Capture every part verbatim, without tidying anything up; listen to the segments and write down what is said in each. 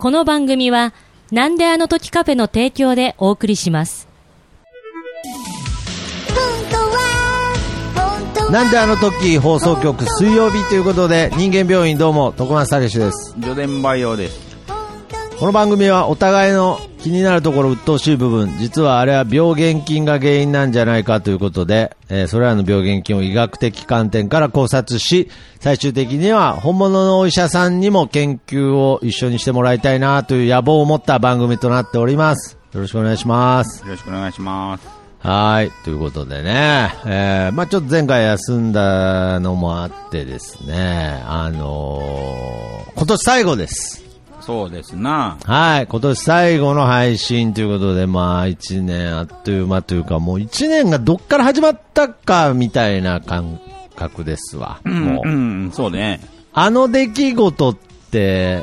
この番組はなんであの時カフェの提供でお送りします。 なんであの時放送局水曜日ということで、人間病院どうも徳松武史です。 ジョデンバイオです。 この番組はお互いの気になるところ、鬱陶しい部分、実はあれは病原菌が原因なんじゃないかということで、えー、それらの病原菌を医学的観点から考察し、最終的には本物のお医者さんにも研究を一緒にしてもらいたいなという野望を持った番組となっております。よろしくお願いします。 よろしくお願いします。 はい、ということでね、えー、まあちょっと前回休んだのもあってですね、あのー、今年最後です。 そうですな。 はい、今年最後の配信ということで、まあ一年あっという間というか、もう一年がどっから始まったかみたいな感覚ですわ。 うん、 もう、 うん、そうね。 あの出来事って、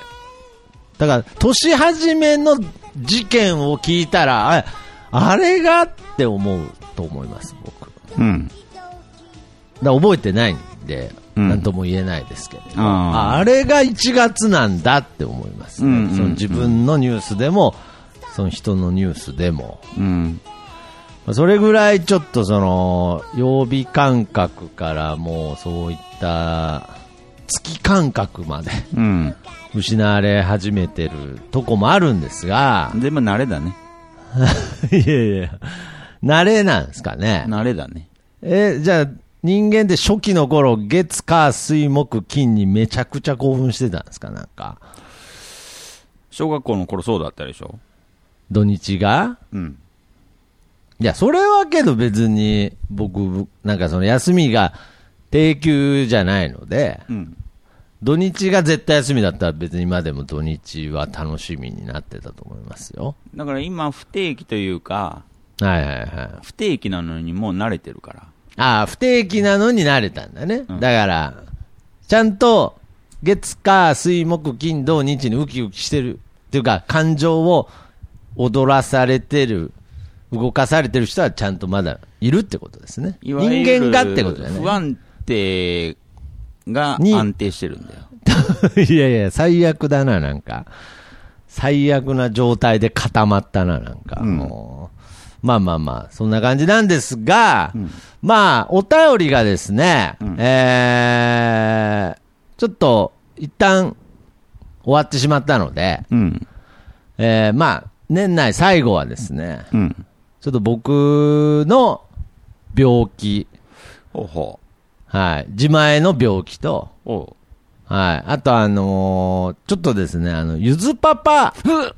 だから年始めの事件を聞いたら、あ、あれがって思うと思います、僕。 うん。 だ覚えてないんで、 うん、 なんとも言えないですけど、 あ, あれがいちがつなんだって思います、ね、 うんうんうん、 その自分のニュースでもその人のニュースでも、 うん、 それぐらいちょっとその曜日感覚からもうそういった月感覚まで、うん、失われ始めてるとこもあるんですが、 全部慣れだね。 いやいや、慣れなんですかね。 慣れだね。 え、じゃあ人間で初期の頃、月火水木金にめちゃくちゃ興奮してたんですか、なんか。 小学校の頃そうだったでしょ。 土日が？うん。いや、それはけど別に僕なんかその休みが定休じゃないので、うん、土日が絶対休みだったら別に今でも土日は楽しみになってたと思いますよ。 だから今不定期というか、 はいはいはい。 不定期なのにもう慣れてるから。 ああ、不定期なのに慣れたんだね。うん、だから、ちゃんと月火水木金土日にウキウキしてるっていうか、感情を踊らされてる、動かされてる人はちゃんとまだいるってことですね。 いわゆる人間がってことだよね。 不安定が安定してるんだよ。 いやいや、最悪だな、なんか。最悪な状態で固まったな、なんか。うん、もうまあまあまあ、そんな感じなんですが、うん、まあ、お便りがですね、うん、えー、ちょっと、一旦、終わってしまったので、うん、えー、まあ、年内最後はですね、うん、ちょっと僕の病気、 ほうほう、はい、自前の病気と、 おはい、あとあのー、ちょっとですね、あの、ゆずパパ、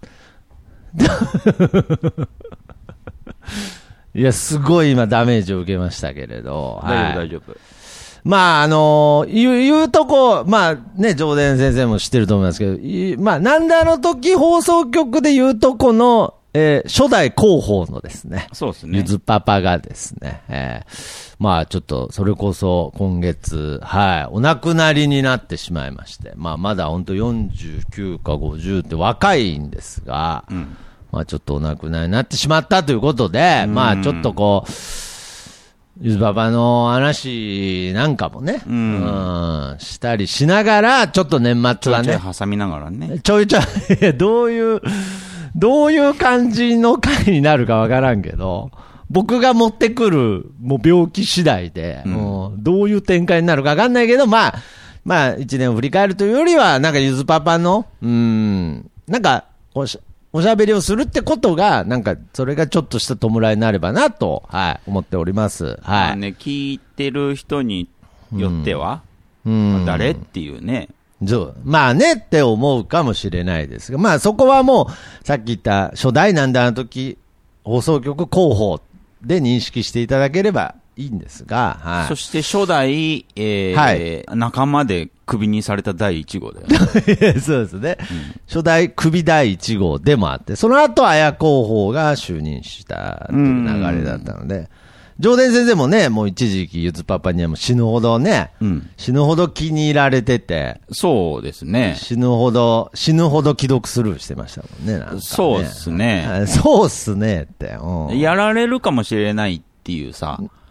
いや、すごい今ダメージを受けましたけれど。 大丈夫、大丈夫。 まあ、あのー、言う、言うとこ、まあね、上田先生も知ってると思いますけど、まあ、なんであの時放送局で言うとこの、えー、初代広報のですね。 そうですね。 ゆずパパがですね、えー、まあちょっと、それこそ今月、はい、お亡くなりになってしまいまして、まあまだ本当よんじゅうきゅうかごじゅうって若いんですが、うん、まあちょっとお亡くなりになってしまったということで、まあちょっとこう、ゆずパパの話なんかもね、うん、うん、したりしながら、ちょっと年末はね。 ちょいちょい挟みながらね。 ちょいちょい、どういう、どういう感じの回になるかわからんけど、僕が持ってくるもう病気次第で、うん、もうどういう展開になるかわかんないけど、まあ、まあ一年を振り返るというよりは、なんかゆずパパの、うーん、なんかおし、おしゃべりをするってことが、なんかそれがちょっとした弔いになればなと、はい、思っております。はい。まあね、聞いてる人によっては、うん、まあ、誰っていうね。 まあねって思うかもしれないですが、まあそこはもう、さっき言った初代なんであの時、放送局広報で認識していただければいいんですが、はい。 そして初代、えーはい、仲間でクビにされただいいち号だよね。 そうですね、うん。初代クビだいいち号でもあって、その後、綾広報が就任したという流れだったので、上田先生もね、もう一時期ゆずパパにはもう死ぬほどね、うん、死ぬほど気に入られてて、 そうですね。 死ぬほど、死ぬほど既読スルーしてましたもんね、なんかね。 そうですね。 そうっすねって、 うん。やられるかもしれないっていうさ、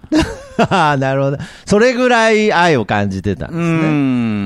ああ、なるほど。それぐらい愛を感じてたんですね。 うん。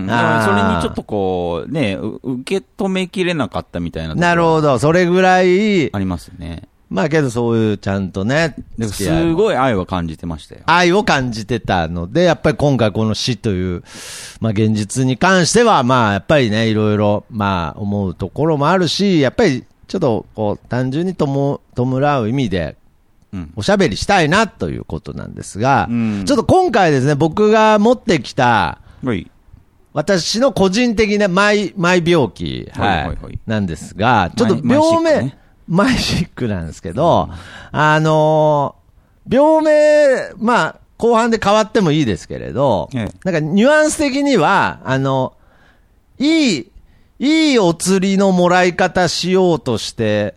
だからあーそれにちょっとこう、ね、う受け止めきれなかったみたいなところなるほど。それぐらい、 ありますね。 まあけどそういうちゃんとね、 でも付き合いすごい愛は感じてましたよ。 愛を感じてたので、やっぱり今回この死という、まあ現実に関しては、まあやっぱりね、いろいろ、まあ思うところもあるし、やっぱりちょっとこう、単純にとも、弔う意味で、 うん。 おしゃべりしたいなということなんですが、 うんちょっと今回ですね、僕が持ってきた、 はい。 私の個人的なマイ、マイ病気、はい、 はいはいはいなんですが、ちょっとマイ病名、 マイシックねマイシックなんですけど、あのー病名、まあ、後半で変わってもいいですけれど、 ええなんかニュアンス的には、あの、いい、いいお釣りのもらい方しようとして、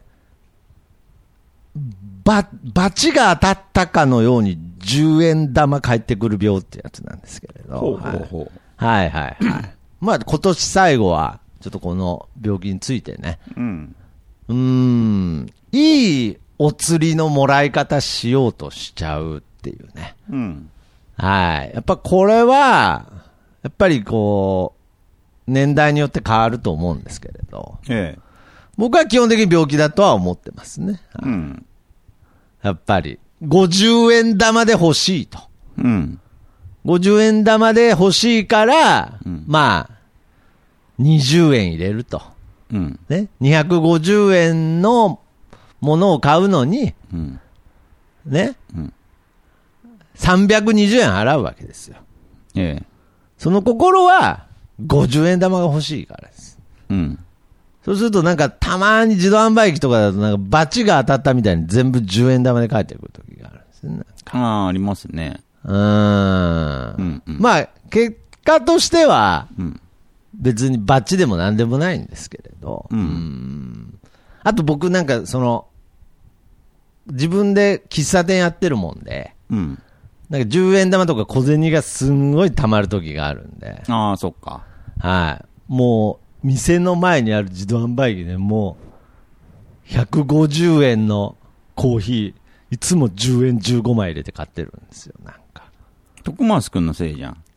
ば、罰が当たったかのようにじゅうえん玉返ってくる病ってやつなんですけれど。 ほうほうほう。 はいはいはい。まあ今年最後は、ちょっとこの病気についてね。 うん。 うーん、いいお釣りのもらい方しようとしちゃうっていうね。 うん。 はい。やっぱこれは、やっぱりこう、年代によって変わると思うんですけれど、 ええ。 僕は基本的に病気だとは思ってますね。 うん。 やっぱり、ごじゅうえん玉で欲しいと。 うん。 ごじゅうえん玉で欲しいから、 うんまあ、にじゅうえん入れると。 うん。 ね。にひゃくごじゅうえんのものを買うのに、 うん。 ね。 うんさんびゃくにじゅうえん払うわけですよ。 ええ。 その心は、ごじゅうえん玉が欲しいからです。 うん。 そうするとなんかたまに自動販売機とかだとなんかバチが当たったみたいに全部じゅうえん玉で返ってくる時があるんですよね。 ああ、ありますね。 うーん。 うんうんまあ、結果としては、 うん。 別にバッチでもなんでもないんですけれど。 うんんあと僕なんかその、自分で喫茶店やってるもんで、 うん。 なんかじゅうえん玉とか小銭がすんごい溜まる時があるんで、 ああ、そっか。 はい。もう、店の前にある自動販売機でもう、ひゃくごじゅうえんのコーヒー、いつもじゅうえんじゅうごまい入れて買ってるんですよ、なんか。 徳松くんのせいじゃん。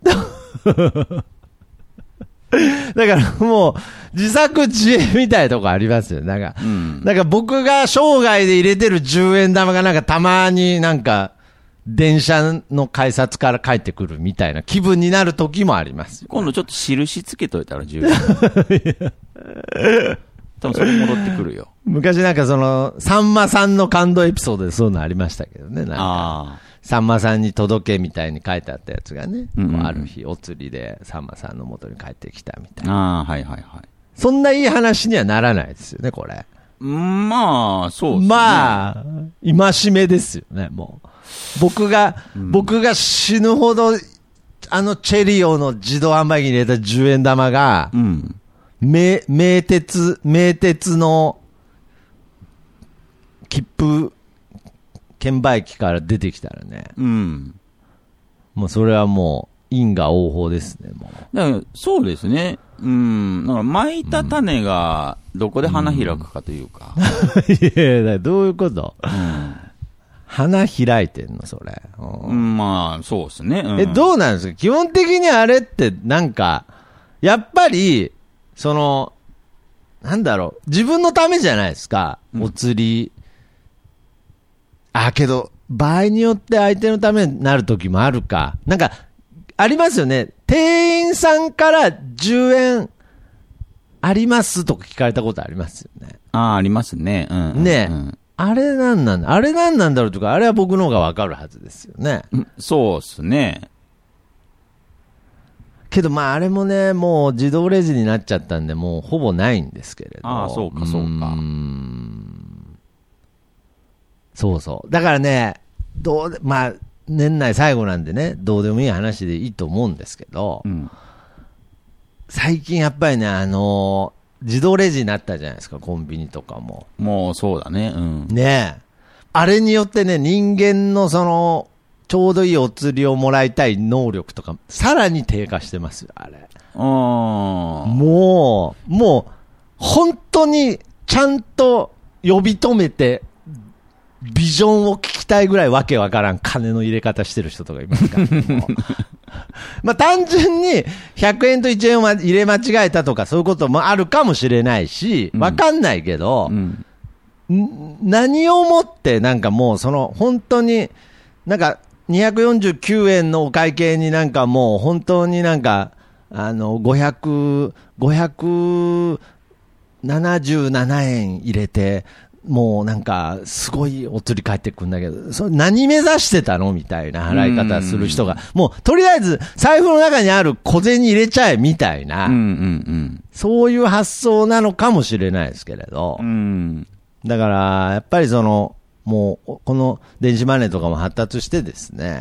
だからもう、自作自演みたいなとこありますよ。なんか、 うん。 なんか僕が生涯で入れてるじゅうえん玉がなんかたまになんか、電車の改札から帰ってくるみたいな気分になる時もありますよ。 今度ちょっと印つけといたらじゅうえん。多分それ戻ってくるよ。 昔なんかその、さんまさんの感動エピソードでそういうのありましたけどね。なんかあさんまさんに届けみたいに書いてあったやつがね、 うんうんうんこうある日お釣りでさんまさんの元に帰ってきたみたいあ。 な。 ああ、はいはいはい。 そんないい話にはならないですよね、これ。 うんまあ、そうですね。 まあ、戒めですよね、もう。僕が、 うん僕が死ぬほど、あのチェリオの自動販売機に入れたじゅうえん玉が、 うん。 名、名鉄、名鉄の切符、券売機から出てきたらね、 うん。 もうそれはもう因果応報ですね、もう。 だからそうですね。うん。だから巻いた種がどこで花開くかというか。 いやいや、どういうことうん。 花開いてんの、それ。うんうん、まあ、そうですね。うん、 え、どうなんですか基本的にあれってなんか、やっぱり、その、なんだろう、自分のためじゃないですか、 うんお釣り。あ、けど、場合によって相手のためになる時もあるか。なんか、ありますよね。店員さんからじゅうえんありますとか聞かれたことありますよね。 ああ、ありますね。うん。 ねえ、 うんあれなんなんだあれなんなんだろうとか、あれは僕の方がわかるはずですよね。 うんそうですね。 けどまああれもね、もう自動レジになっちゃったんで、もうほぼないんですけれど。 ああそうかそうかーんそうそう。だからね、どうで、まあ、年内最後なんでね、どうでもいい話でいいと思うんですけど、 うん。 最近やっぱりね、あのー自動レジになったじゃないですか、コンビニとかも。 もうそうだね。うん。 ねえ。あれによってね、人間のその、ちょうどいいお釣りをもらいたい能力とか、さらに低下してますよ、あれ。 ああ。 もう、もう、本当にちゃんと呼び止めて、ビジョンを聞きたいぐらいわけわからん金の入れ方してる人とかいますから、もうまあ単純にひゃくえんといちえんを入れ間違えたとかそういうこともあるかもしれないし、わかんないけど、うんん何をもってなんかもうその本当になんかにひゃくよんじゅうきゅうえんのお会計になんかもう本当になんかあのごひゃく、ごひゃくななじゅうななえん入れてもうなんかすごいお釣り返ってくるんだけど、それ何目指してたのみたいな払い方する人が、もうとりあえず財布の中にある小銭入れちゃえみたいな、うんうんうん、そういう発想なのかもしれないですけれど、うん、だからやっぱりそのもうこの電子マネーとかも発達してですね、うん、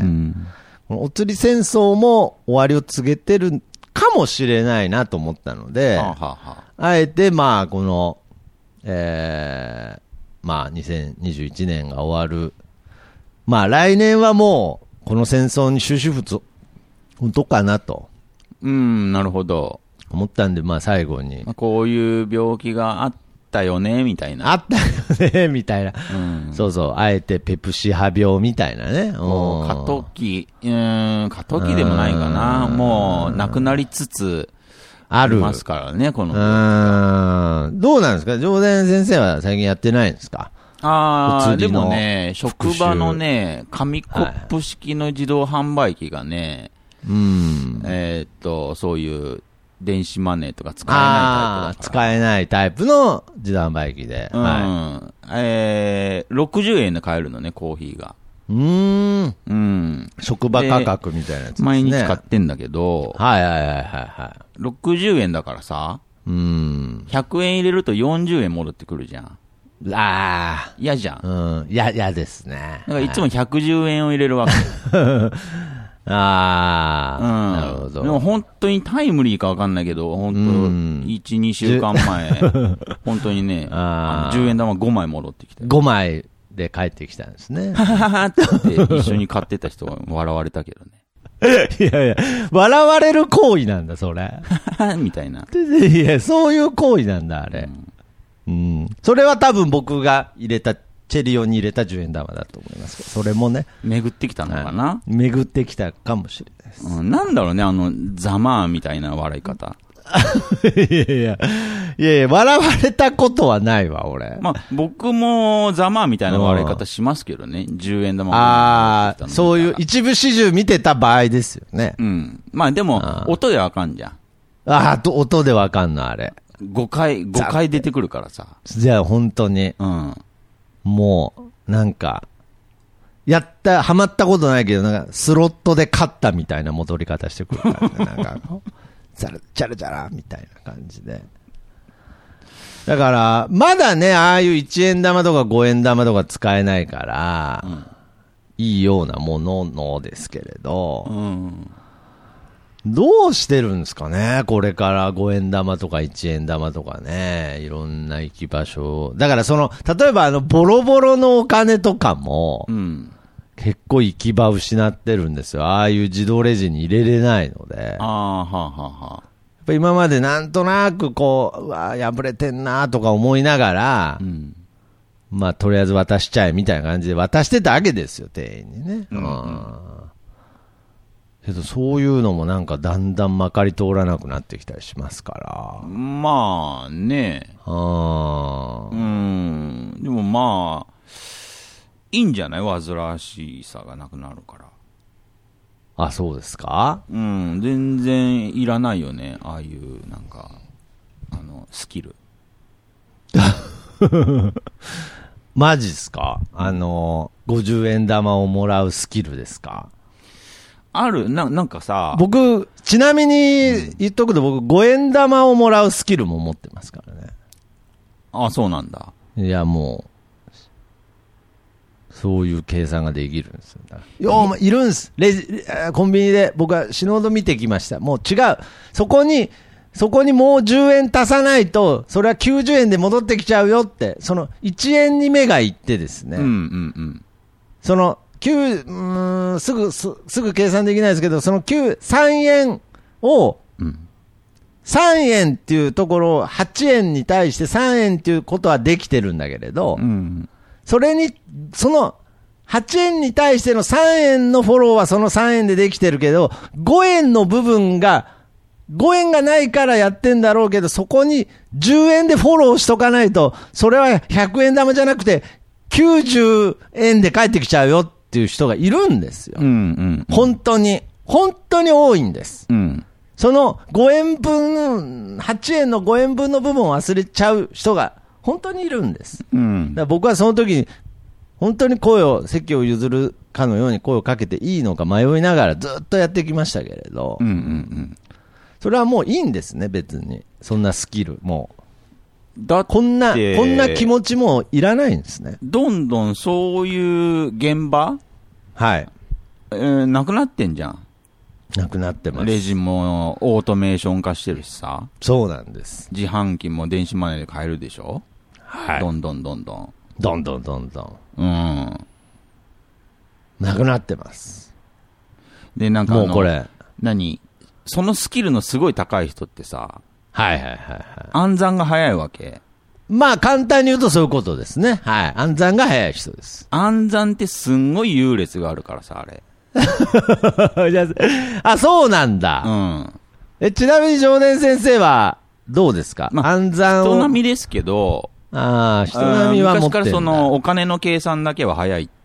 お釣り戦争も終わりを告げてるかもしれないなと思ったので、はあはあ、あえてまあこの、えーまあ、にせんにじゅういちねんが終わる。まあ、来年はもう、この戦争に終止符打とうかなと。 うん、なるほど。 思ったんで、まあ、最後に。 こういう病気があったよね、みたいな。 あったよね、みたいな。うん、そうそう。あえてペプシ派病みたいなね。 過渡期、うーん、過渡期でもないかな。もう、なくなりつつ、ある。ありますからね、この。 うん。どうなんですか？上田先生は最近やってないんですか？ ああ、でもね、職場のね、紙コップ式の自動販売機がね、はい、うん。えー、っと、そういう電子マネーとか使えないタイプだから。 使えないタイプの自動販売機で。 うん。はい、えー、ろくじゅうえんで買えるのね、コーヒーが。 うーん。うん。職場価格みたいなやつですね。 毎日買ってんだけど。 はいはいはいはいはい。 ろくじゅうえんだからさ。うん。ひゃくえん入れるとよんじゅうえん戻ってくるじゃん。 ああ。 嫌じゃん。 うん。や、嫌ですね。 だからいつもひゃくじゅうえんを入れるわけ。 ああ。うん。なるほど。 でも本当にタイムリーかわかんないけど、本当、いち、にしゅうかんまえ、本当にね、あじゅうえん玉ごまい戻ってきて。 ごまい。で帰ってきたんですね。 はははって一緒に買ってた人は笑われたけどね。いやいや、笑われる行為なんだ、それ。 みたいな。 いや、そういう行為なんだ、あれ。うん。うん、それは多分僕が入れた、チェリオに入れたじゅうえん玉だと思いますけど、それもね。 巡ってきたのかな、はい、 巡ってきたかもしれないです。 うん、なんだろうね、あの、ざまーみたいな笑い方。 いやいや、いやいや、笑われたことはないわ、俺。 まあ、僕もざまあみたいな笑い方しますけどね、じゅうえん玉も。 ああ、そういう一部始終見てた場合ですよね。 うん。まあでも、音でわかんじゃん。 ああ、音でわかんの、あれ。 ごかい、ごかい出てくるからさ。 じゃあ、本当に。うん。もう、なんか、やった、ハマったことないけど、なんか、スロットで勝ったみたいな戻り方してくるからね、なんか。チャラチャラチャラみたいな感じで。だから、まだね、ああいういちえん玉とかごえん玉とか使えないから、うん、いいようなもののですけれど、うん、どうしてるんですかね、これからごえん玉とかいちえん玉とかね、いろんな行き場所。だからその、例えばあの、ボロボロのお金とかも、うん結構行き場失ってるんですよ。ああいう自動レジに入れれないので。ああ、はあ、はあ、はあ。やっぱ今までなんとなくこう、うわ破れてんなとか思いながら、うん、まあとりあえず渡しちゃえみたいな感じで渡してたわけですよ、店員にね。うんうん、けどそういうのもなんかだんだんまかり通らなくなってきたりしますから。 まあね。あうん。でもまあ、いいんじゃない煩わしさがなくなるから。 あ、そうですか？ うん、全然いらないよね。ああいう、なんか、あの、スキル。 マジっすか？あの、ごじゅうえん玉をもらうスキルですか？ ある、な、なんかさ。 僕、ちなみに言っとくと僕、ごえん玉をもらうスキルも持ってますからね。 あ、そうなんだ。 いや、もう。そういう計算ができるんですよ。よいるんです。レジ、コンビニで僕は死ぬほど見てきました。もう違う。そこに、そこにもうじゅうえん足さないと、それはきゅうじゅうえんで戻ってきちゃうよって、そのいちえんに目がいってですね。うんうんうん。その、きゅう、うーん、すぐ、す、すぐ計算できないですけど、そのきゅう、さんえんを、うん、さんえんっていうところをはちえんに対してさんえんっていうことはできてるんだけれど、うんそれに、そのはちえんに対してのさんえんのフォローはそのさんえんでできてるけど、ごえんの部分が、ごえんがないからやってんだろうけど、そこにじゅうえんでフォローしとかないと、それはひゃくえん玉じゃなくて、きゅうじゅうえんで返ってきちゃうよっていう人がいるんですよ。 うんうんうん、 本当に。本当に多いんです。 うん、 そのごえんぶん、はちえんのごえんぶんの部分を忘れちゃう人が本当にいるんです。 うん、 だから僕はその時に、本当に声を、席を譲るかのように声をかけていいのか迷いながらずっとやってきましたけれど、 うんうんうん、 それはもういいんですね、別に。そんなスキル、もう。 だってこんな、こんな気持ちもいらないんですね。 どんどんそういう現場、 はい。 えー、なくなってんじゃん。 なくなってます。 レジもオートメーション化してるしさ。 そうなんです。 自販機も電子マネーで買えるでしょ。 はい。 どんどんどんどん。 どんどんどんどん。 うん。 なくなってます。 で、なんかあの、 もうこれ。 何そのスキルのすごい高い人ってさ、 はいはいはいはい。 暗算が早いわけ。 まあ簡単に言うとそういうことですね。はい。暗算が早い人です。 暗算ってすんごい優劣があるからさ、あれ。 あ、そうなんだ。 うん。 え、ちなみに常連先生はどうですか、まあ、暗算を。 人並みですけど、 ああ、人並みは持ってんだ。 昔からそのお金の計算だけは早いって。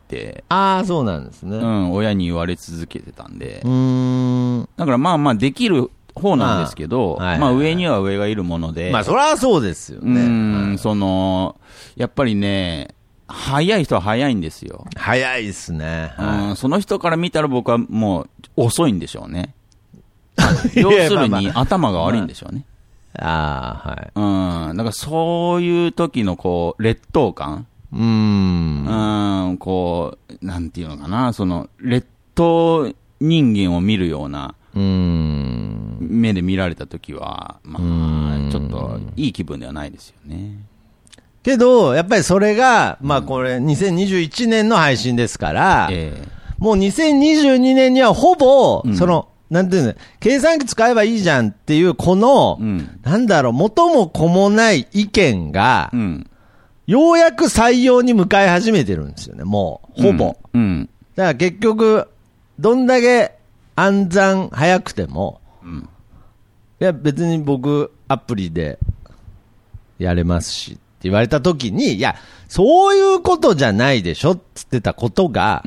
ああ、そうなんですね。 うん、親に言われ続けてたんで。 うーん。 だからまあまあできる方なんですけど、まあ、はいはいはい、まあ上には上がいるもので。 まあそりゃそうですよね。 うん、はい、その、やっぱりね、早い人は早いんですよ。 早いですね。 はい、うん、その人から見たら僕はもう遅いんでしょうね。要するに頭が悪いんでしょうね。 ああ、はい。 うん。だからそういう時のこう、劣等感。 うーん。 うん、こう、なんていうのかな、その、劣等人間を見るような、 うーん。 目で見られた時は、まあ、ちょっと、いい気分ではないですよね。 けど、やっぱりそれが、まあこれ、にせんにじゅういちねんの配信ですから、えー、もうにせんにじゅうにねんにはほぼ、その、うん、なんていうの、計算機使えばいいじゃんっていう、この、うん、なんだろう、元も子もない意見が、うん、ようやく採用に向かい始めてるんですよね、もう、ほぼ。うんうん、だから結局、どんだけ暗算早くても、うん、いや別に僕、アプリでやれますし、って言われたときに、いや、そういうことじゃないでしょって言ってたことが、うん、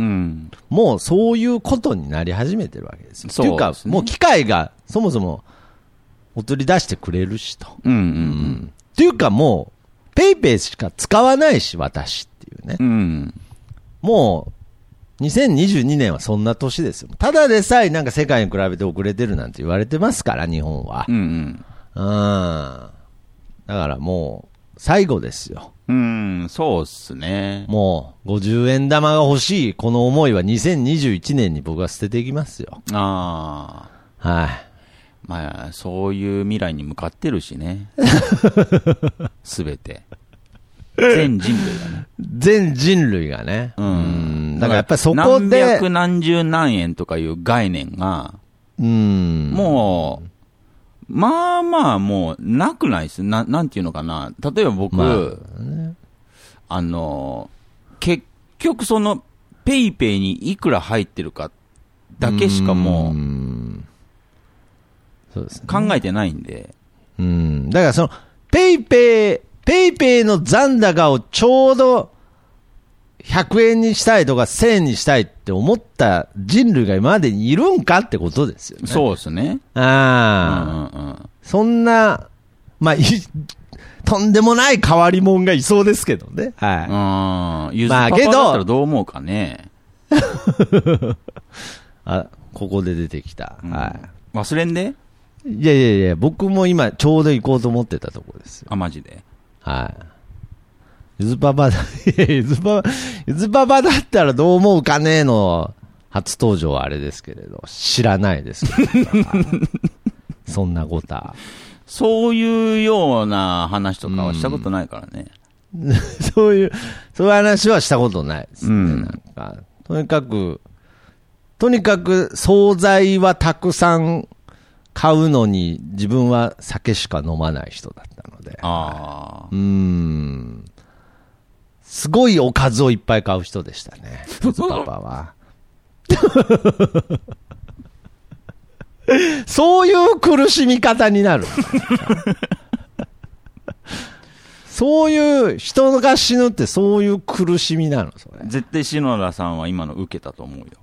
もうそういうことになり始めてるわけですよ。っていうか、もう機械がそもそも送り出してくれるしと。うんうんうん、っていうかもう、ペイペイしか使わないし、私っていうね。うん、もう、にせんにじゅうにねんはそんな年ですよ。ただでさえなんか世界に比べて遅れてるなんて言われてますから、日本は。うんうん、だからもう、最後ですよ。 うん、そうっすね。 もう、ごじゅうえん玉が欲しい、この思いはにせんにじゅういちねんに僕は捨てていきますよ。 ああ。はい。 まあ、そういう未来に向かってるしね。すべて。全人類がね。 全人類がね。うん。うんだからやっぱりそこで。 何百何十何円とかいう概念が、うん。もう、まあまあもうなくないです。な、なんていうのかな。例えば僕、まあね、あの、結局そのペイペイにいくら入ってるかだけしかもう、うそうですね、考えてないんで。 うん。だからそのペイペイ、ペイペイの残高をちょうどひゃくえんにしたいとかせんえんにしたいって思った人類が今までにいるんかってことですよね。 そうですね。 ああ、うんうんうん。そんな、まあ、とんでもない変わり者がいそうですけどね。 はい。うん。ゆずパパだったらどう思うかね。 あ、ここで出てきた。うん、はい。 忘れんで？ いやいやいや、僕も今ちょうど行こうと思ってたとこですよ。 あ、マジで？ はい。ゆずパパだ、ゆずパパ、ゆずパパだったらどう思うかねの初登場はあれですけれど、知らないですけど。そんなことは。 そういうような話とかはしたことないからね。 うん、そういう、そういう話はしたことないですね。うん、なんかとにかく、とにかく惣菜はたくさん買うのに自分は酒しか飲まない人だったので。ああ。うーん。 すごいおかずをいっぱい買う人でしたね、ゆずパパは。そういう苦しみ方になる。そういう人が死ぬってそういう苦しみなのそれ。 絶対篠田さんは今の受けたと思うよ。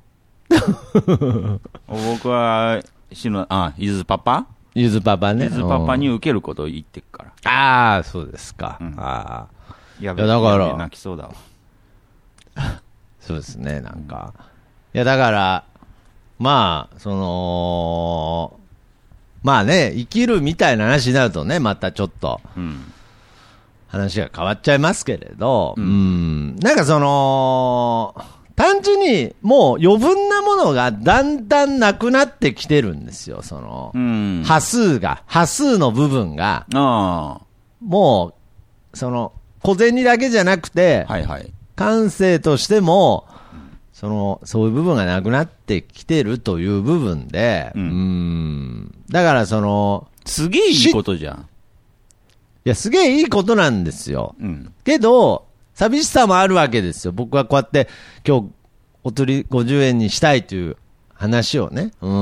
僕は篠あゆずパパゆずパパね。 ゆずパパに受けることを言ってっから。 ああそうですか。 うん、 ああやべえだから泣きそうだわ。 そうですねなんか、うん、いやだからまあそのまあね生きるみたいな話になるとねまたちょっと。うん話が変わっちゃいますけれど、うん、うんなんかその、単純にもう余分なものがだんだんなくなってきてるんですよ、その、うん、波数が、波数の部分が、あもう、その、小銭だけじゃなくて、はいはい、感性としても、その、そういう部分がなくなってきてるという部分で、うん、うんだからその、 すげえいいことじゃん。 いや、すげえいいことなんですよ。うん、けど、寂しさもあるわけですよ。僕はこうやって、今日、お釣りごじゅうえんにしたいという話をね。うん。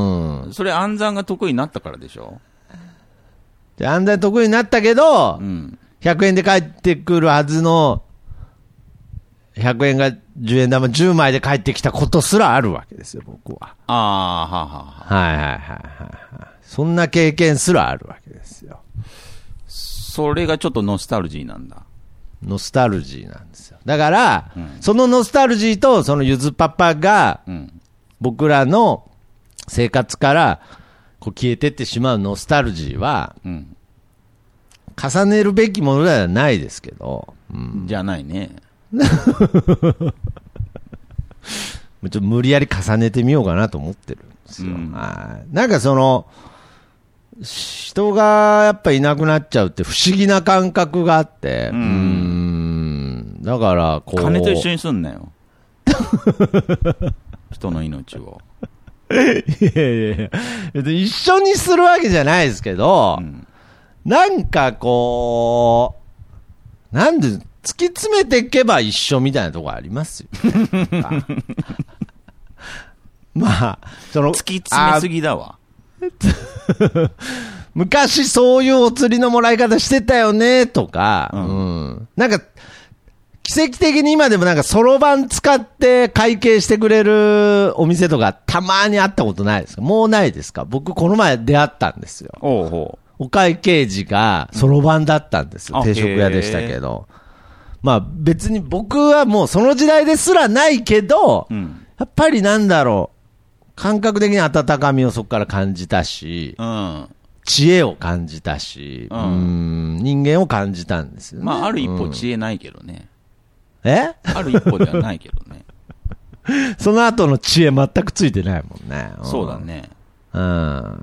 それ暗算が得意になったからでしょ？ で暗算得意になったけど、うん、ひゃくえんで返ってくるはずの、ひゃくえんがじゅうえん玉じゅうまいで返ってきたことすらあるわけですよ、僕は。 ああ、はあ、はあ。 はいはいはいはい。そんな経験すらあるわけですよ。 それがちょっとノスタルジーなんだ。 ノスタルジーなんですよ。だから、うん、そのノスタルジーとそのゆずパパが、うん、僕らの生活からこう消えてってしまうノスタルジーは、うん、重ねるべきものではないですけど、 うん、じゃないね。 ちょっと無理やり重ねてみようかなと思ってるんですよ。うん、なんかその人がやっぱいなくなっちゃうって不思議な感覚があって、うん、うーんだからこう金と一緒にすんなよ。人の命を。 いやいやいや一緒にするわけじゃないですけど、うん、なんかこうなんで突き詰めていけば一緒みたいなところありますよ。まあその突き詰めすぎだわ。 昔そういうお釣りのもらい方してたよねとか、うんうん、なんか奇跡的に今でもなんかそろばん使って会計してくれるお店とかたまにあったことないですか？もうないですか？僕この前出会ったんですよ。おうおうお会計時がそろばんだったんですよ、うん、定食屋でしたけど、まあ別に僕はもうその時代ですらないけど、うん、やっぱりなんだろう感覚的に温かみをそこから感じたし、うん、知恵を感じたし、うん、うん人間を感じたんですよね。 まあ、ある一歩知恵ないけどね。 うん、えある一歩ではないけどね。 その後の知恵全くついてないもんね。 うん、そうだね。 うん。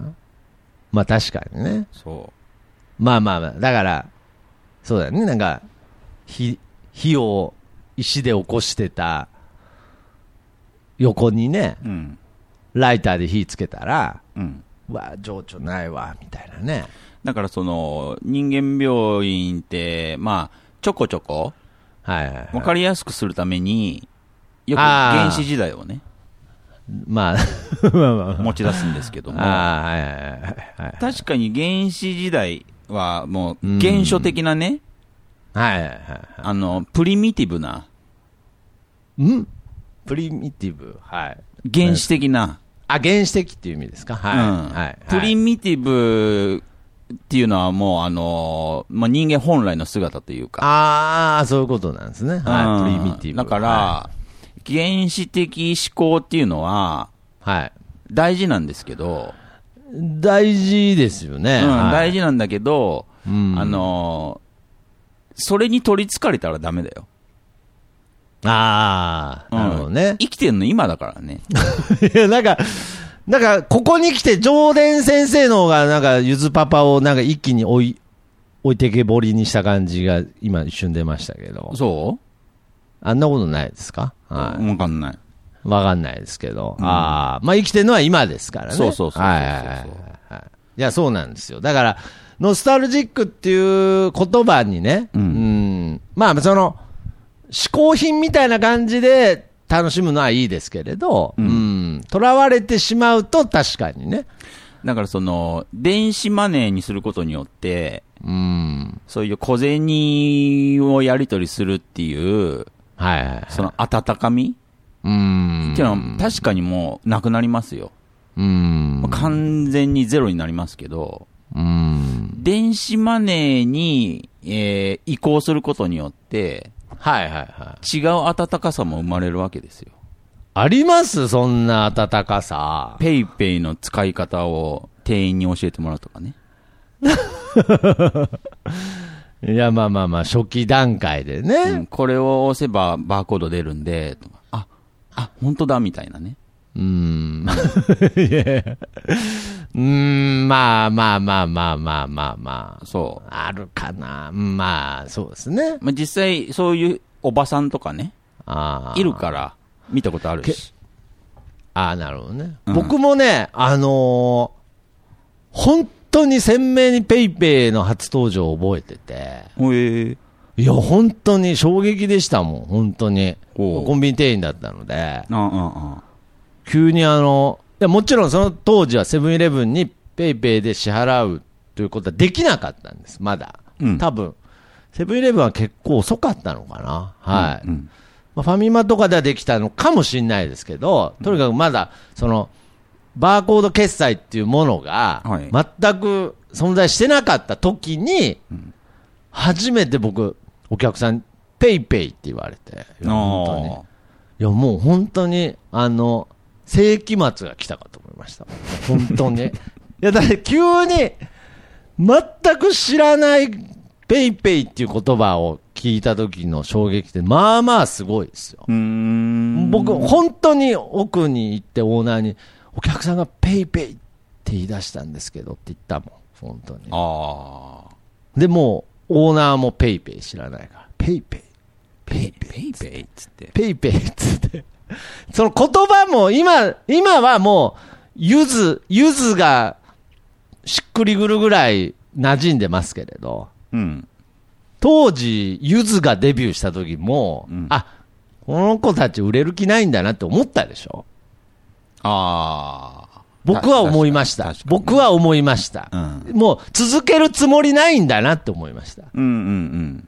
まあ確かにね。 そう。 まあまあまあ、だから、そうだよね。なんか、火、火を石で起こしてた横にね、うんライターで火つけたら、うん、わ情緒ないわみたいなね。 だからその人間病院ってまあちょこちょこ、はいはいはい、分かりやすくするためによく原始時代をね、 まあ持ち出すんですけども、あ、はいはいはいはい、確かに原始時代はもう原初的なね、うん、はいはいはい、あのプリミティブな、 んプリミティブ、はい、 原始的な。 あ、原始的っていう意味ですか。はい。うんはい、 プリミティブっていうのはもうあのー、まあ、人間本来の姿というか。 ああ、そういうことなんですね。はい。プリミティブ。 だから、はい、原始的思考っていうのは、はい。大事なんですけど。 大事ですよね。 うん、はい、大事なんだけど、うん、あのー、それに取り憑かれたらダメだよ。 ああ、なるほどね、うん。 生きてんの今だからね。 いや、なんか、なんか、ここに来て、上田先生の方が、なんか、ゆずパパを、なんか、一気に置い、置いてけぼりにした感じが、今、一瞬出ましたけど。 そうあんなことないですか？ はい。わかんない。 わかんないですけど。うん、ああ、まあ、生きてるのは今ですからね。 そうそうそうそうそう。はいはいはい、 はい。いや、そうなんですよ。だから、ノスタルジックっていう言葉にね、うん、うんまあ、その、 嗜好品みたいな感じで楽しむのはいいですけれど、うん。囚われてしまうと確かにね。 だからその、電子マネーにすることによって、 うん。 そういう小銭をやり取りするっていう、 はいはいはい、 その温かみうん。 っていうのは確かにもうなくなりますよ。 うん。 完全にゼロになりますけど、 うん。 電子マネーに、えー、移行することによって、 はいはいはい。 違う温かさも生まれるわけですよ。 ありますそんな温かさ。 ペイペイの使い方を店員に教えてもらうとかね。 いや、まあまあまあ、初期段階でね。うん、 これを押せばバーコード出るんで、とか、あ、あ、本当だ、みたいなね。 うーん。いやうーん、まあまあまあまあまあまあまあ。 そう。 あるかな。まあ、そうですね。 まあ実際、そういうおばさんとかね。 あいるから、見たことあるし。 ああ、なるほどね。うん、僕もね、あのー、本当に鮮明にペイペイの初登場を覚えてて。 へー。 いや、本当に衝撃でしたもん、本当に。コンビニ店員だったので。 ああああ急にあの、いやもちろんその当時はセブンイレブンにペイペイで支払うということはできなかったんです、まだ。うん、多分。セブンイレブンは結構遅かったのかな。はい。うんうんまあ、ファミマとかではできたのかもしれないですけど、とにかくまだ、その、バーコード決済っていうものが、全く存在してなかった時に、初めて僕、お客さん、ペイペイって言われて、いや、本当に。いや、もう本当に、あの、世紀末が来たかと思いました。本当に。いや、だって急に、全く知らないペイペイっていう言葉を聞いた時の衝撃って、まあまあすごいですよ。 うーん僕、本当に奥に行ってオーナーに、お客さんがペイペイって言い出したんですけどって言ったもん、本当に。 ああ。 でも、オーナーもペイペイ知らないから、ペイペイ。 ペイペイペイっつって。 ペイペイっつって。その言葉も今、今はもう、ゆず、ゆずがしっくりくるぐらい馴染んでますけれど、 うん、 当時、ゆずがデビューした時も、うん、あ、この子たち売れる気ないんだなって思ったでしょ。 ああ。 僕は思いました。僕は思いました、うん。もう続けるつもりないんだなって思いました。 うんうんうん、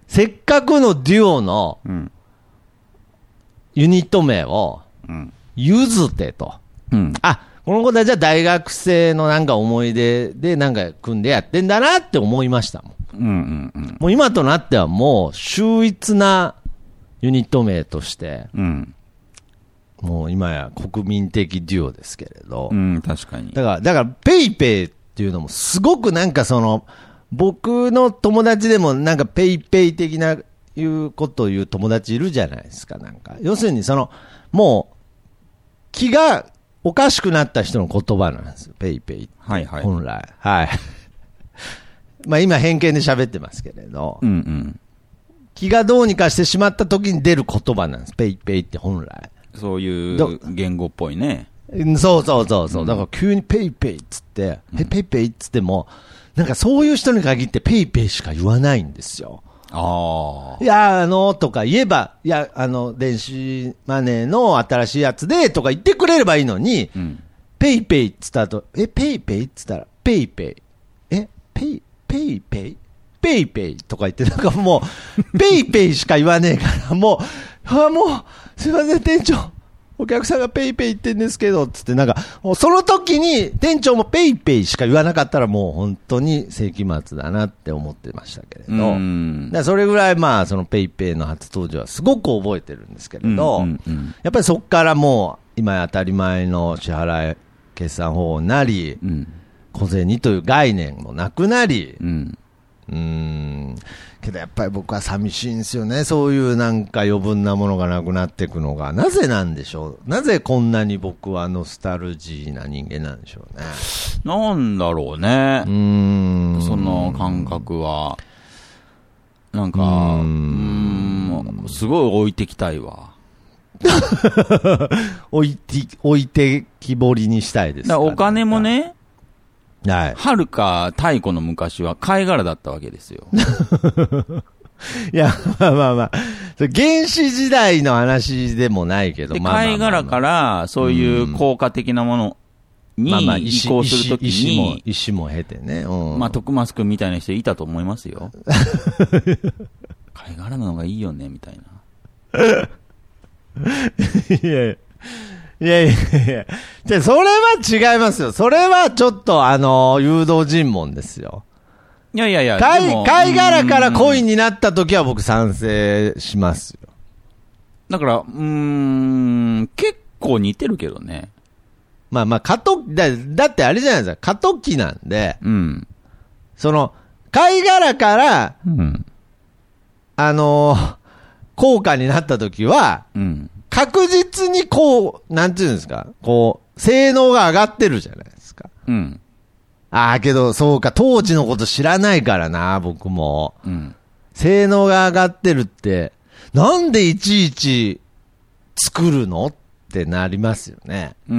せっかくのデュオのユニット名を、ゆずてと、うん。あ、この子たちは大学生のなんか思い出でなんか組んでやってんだなって思いましたもん。 うんうんうん、 もう今となってはもう秀逸なユニット名として、 うん、 もう今や国民的デュオですけれど、 うん、確かに。 だから、だからペイペイっていうのもすごくなんかその、僕の友達でもなんかペイペイ的ないうことを言う友達いるじゃないですか、なんか。要するにその、もう、気がおかしくなった人の言葉なんですよ、ペイペイって。 はいはい。 本来。はい。まあ今偏見で喋ってますけれど、 うんうん、 気がどうにかしてしまった時に出る言葉なんです、ペイペイって本来。 そういう言語っぽいね。 そうそうそうそう。だから急にペイペイっつって、うん、ペイペイっつっても、なんかそういう人に限ってペイペイしか言わないんですよ。 ああ。 いや、あの、とか言えば、いや、あの、電子マネーの新しいやつで、とか言ってくれればいいのに、うん、ペイペイっつった後、え、ペイペイっつったら、ペイペイ。え、ペイ、ペイペイペイペイとか言って、なんかもう、ペイペイしか言わねえから、もう、あ、もう、すいません、店長。お客さんがペイペイ言ってんですけど、つって、なんか、もうその時に店長もペイペイしか言わなかったらもう本当に世紀末だなって思ってましたけれど、うんだそれぐらいまあそのペイペイの初登場はすごく覚えてるんですけれど、うんうんうん、やっぱりそこからもう今当たり前の支払い決算方法になり、うん、小銭という概念もなくなり、うんうーんけどやっぱり僕は寂しいんですよね。そういうなんか余分なものがなくなっていくのが。なぜなんでしょう。なぜこんなに僕はノスタルジーな人間なんでしょうね。 なんだろうね。 うーんその感覚は。なんか、うーんすごい置いてきたいわ。 置いて、置いてきぼりにしたいですか。 お金もね、 はい。 はるか太古の昔は貝殻だったわけですよ。 いや、まあまあまあ、 原始時代の話でもないけど、 で、 まあまあまあまあ貝殻からそういう効果的なものにまあまあ移行するときに、 石も、石も経てね。うん、 まあ、徳松くんみたいな人いたと思いますよ。貝殻の方がいいよね、みたいな。 いやいや。いやいやいや。じゃそれは違いますよ。それはちょっと、あの、誘導尋問ですよ。 いやいやいや。 貝、貝殻からコインになった時は僕賛成しますよ。 だから、うーん、結構似てるけどね。 まあまあ、過渡、だ、だってあれじゃないですか。過渡期なんで、 うん。 その、貝殻から、 うん。 あのー、効果になった時は、 うん。 確実にこう、なんていうんですか、こう、性能が上がってるじゃないですか。 うん。 ああ、けど、そうか、当時のこと知らないからな、僕も。 うん。 性能が上がってるって、なんでいちいち作るのってなりますよね。 うん。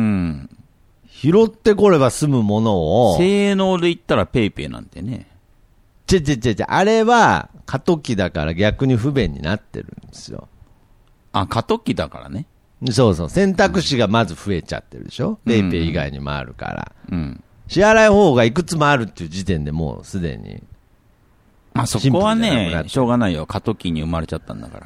拾ってこれば済むものを。 性能で言ったらペイペイなんてね。 ちぇちぇちぇちぇ、あれは過渡期だから逆に不便になってるんですよ。 あ、過渡期だからね。 そうそう。選択肢がまず増えちゃってるでしょ、うん、ペイペイ以外にもあるから。 うん。 支払い方がいくつもあるっていう時点でもうすでに。 まあそこはね、しょうがないよ。過渡期に生まれちゃったんだから。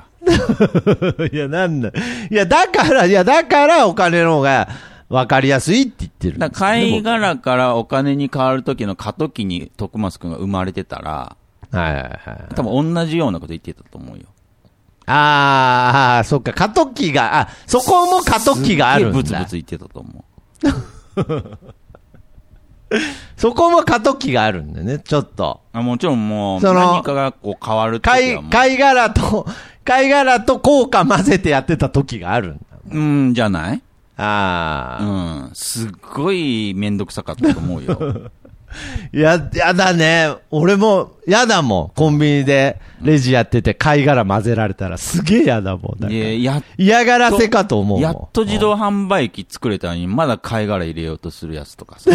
いや、なんだ。いや、だから、いや、だからお金の方が分かりやすいって言ってるんですよ、ね。 だから貝殻からお金に変わる時の過渡期に徳松くんが生まれてたら、 はいはいはい。 多分同じようなこと言ってたと思うよ。 ああ、そっか、過渡期が、あ、そこも過渡期があるんだ。 ブツブツ言ってたと思う。 そこも過渡期があるんだよね、ちょっと。 あ、もちろんもう、何かがこう変わる時はもう。 貝、貝殻と、貝殻と効果混ぜてやってた時があるんだ。 うん、じゃない？ ああ。 うん。すっごいめんどくさかったと思うよ。 や、やだね。俺も、やだもん。コンビニでレジやってて貝殻混ぜられたらすげえやだもん。 いや、や嫌がらせかと思うもん。 やっと自動販売機作れたのに、まだ貝殻入れようとするやつとかさ。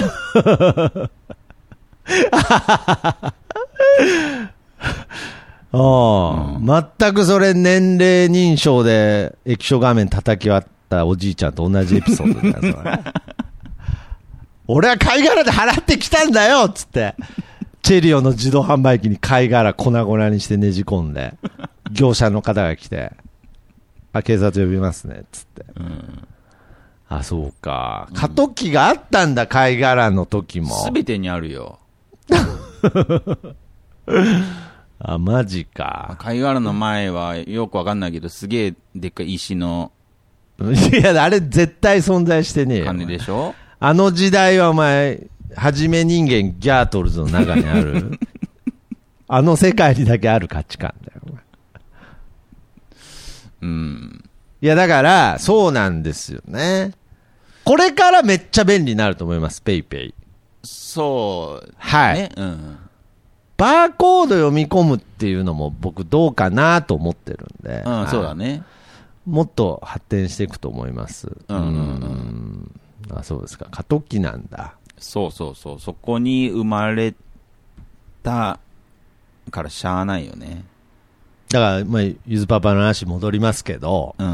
ああ、うん、全くそれ年齢認証で液晶画面叩き割ったおじいちゃんと同じエピソードだよ、それ。俺は貝殻で払ってきたんだよっつって、チェリオの自動販売機に貝殻粉々にしてねじ込んで、業者の方が来て、あ、警察呼びますねっつって。 うん、 あ、そうか。過渡期があったんだ、貝殻の時も。 すべてにあるよ。 あ、マジか。 貝殻の前はよくわかんないけど、すげえでっかい石の。 いや、あれ絶対存在してねえよ。 金でしょ？ あの時代はお前、はじめ人間ギャートルズの中にあるあの世界にだけある価値観だよ、お前。 うん。 いや、だから、そうなんですよね。これからめっちゃ便利になると思います、ペイペイ。 そう、ね。 はい。 うん。 バーコード読み込むっていうのも僕どうかなと思ってるんで。 うん、そうだね。 もっと発展していくと思います。 うんうんうん。 あ、そうですか。過渡期なんだ。 そうそうそう。そこに生まれたからしゃあないよね。 だから、まあ、ゆずパパの話戻りますけど、 うん。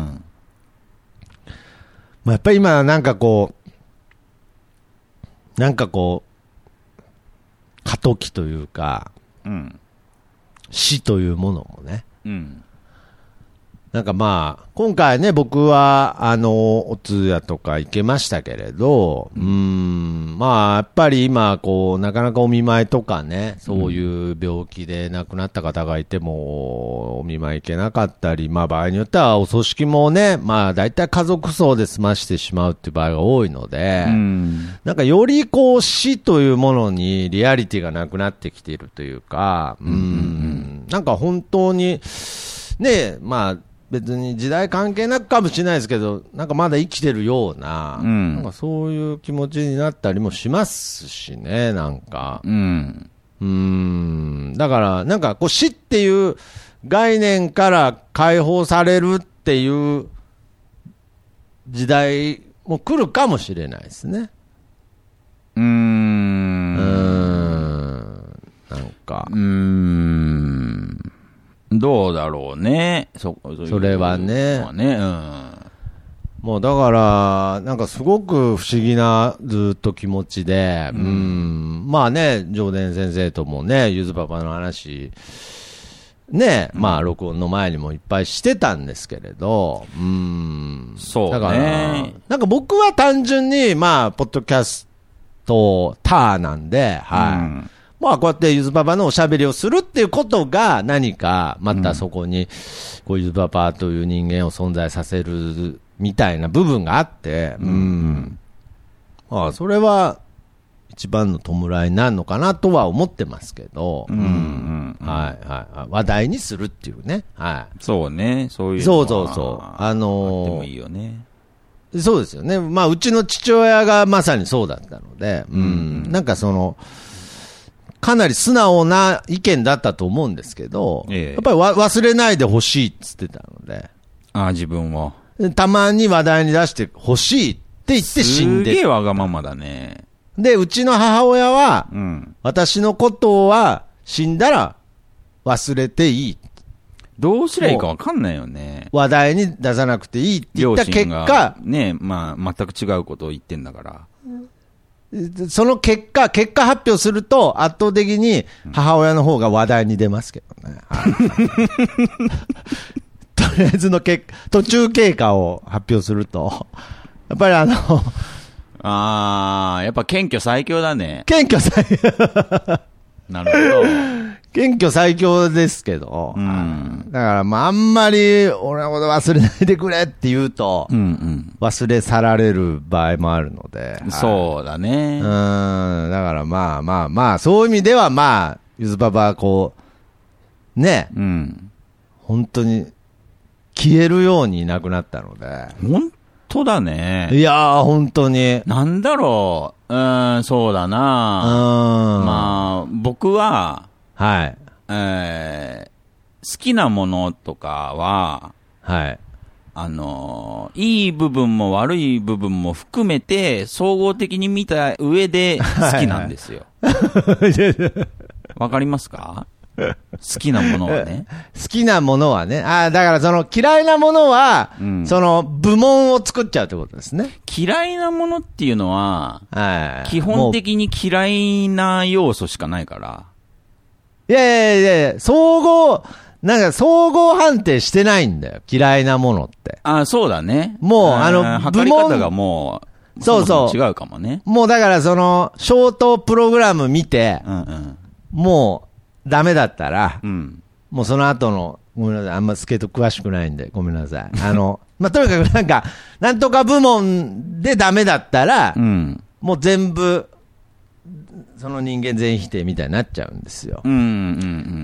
まあ、やっぱり今なんかこう、なんかこう、過渡期というか、 うん。 死というものもね、 うん。 なんかまあ、今回ね、僕は、あの、お通夜とか行けましたけれど、うーん、まあ、やっぱり今、こう、なかなかお見舞いとかね、そういう病気で亡くなった方がいても、お見舞い行けなかったり、まあ場合によってはお葬式もね、まあ大体家族葬で済ましてしまうっていう場合が多いので、 うん、 なんかよりこう、死というものにリアリティがなくなってきているというか、うん、うん、なんか本当に、ね、まあ、別に時代関係なくかもしれないですけど、なんかまだ生きてるような、うん、なんかそういう気持ちになったりもしますしね、なんか。 うん。 うーん。だから、なんかこう死っていう概念から解放されるっていう時代も来るかもしれないですね。 うーん。 うーん。なんか。 うーん。 どうだろうね。そ、 そ, それはね。 そうね、うん。 もうだから、なんかすごく不思議なずっと気持ちで、うん、うんまあね、上田先生ともね、ゆずパパの話、ね、うん、まあ録音の前にもいっぱいしてたんですけれど、うん。 そうね。 だから、なんか僕は単純に、まあ、ポッドキャストターなんで、はい。うんまあこうやってゆずパパのおしゃべりをするっていうことが何かまたそこにこうゆずパパという人間を存在させるみたいな部分があって、うん、まあそれは一番の弔いになるのかなとは思ってますけど、うんうんうん、はいはい話題にするっていうね、はい。 そうね、そういうのはそうそうそうあのー、 あってもいいよね。 そうですよね。まあうちの父親がまさにそうだったので、うん、うん、なんかその。かなり素直な意見だったと思うんですけど、ええ、やっぱりわ忘れないでほしいって言ってたので。 ああ、自分を。 たまに話題に出してほしいって言って死んで。 すげえわがままだね。 で、うちの母親は、うん、私のことは死んだら忘れていい。 どうすりゃいいかわかんないよね。 話題に出さなくていいって言った結果。 ね、まあ、全く違うことを言ってんだから。 その結果、結果発表すると圧倒的に母親の方が話題に出ますけどね。はい、とりあえずの結途中経過を発表すると、やっぱりあの、 あー、やっぱ謙虚最強だね。 謙虚最強。 なるほど。 謙虚最強ですけど、うん、だからまああんまり俺のこと忘れないでくれって言うと、うんうん、忘れ去られる場合もあるので、 そうだね。 うん、だからまあまあまあそういう意味ではまあゆずパパはこうね、うん、本当に消えるようにいなくなったので、 本当だね。 いやー本当になんだろう、うーんそうだな、うんまあ僕ははい、 えー、好きなものとかは、 はい、 あのー、いい部分も悪い部分も含めて総合的に見た上で好きなんですよ。わかりますか？好きなものはね。 好きなものはね。ああ、だからその嫌いなものは、うん、その部門を作っちゃうってことですね。 嫌いなものっていうのは、はい、基本的に嫌いな要素しかないから。 いやいやいや、総合、なんか総合判定してないんだよ。嫌いなものって。 あ、そうだね。 もう、あの、 測り方がもう、そうそう。違うかもね。 もうだからその、ショートプログラム見て、うんうん、もう、ダメだったら、うん、もうその後の、ごめんなさい。あんまスケート詳しくないんで、ごめんなさい。あの、まあ、とにかくなんか、なんとか部門でダメだったら、うん、もう全部、その人間全否定みたいになっちゃうんですよ。うんうんうん、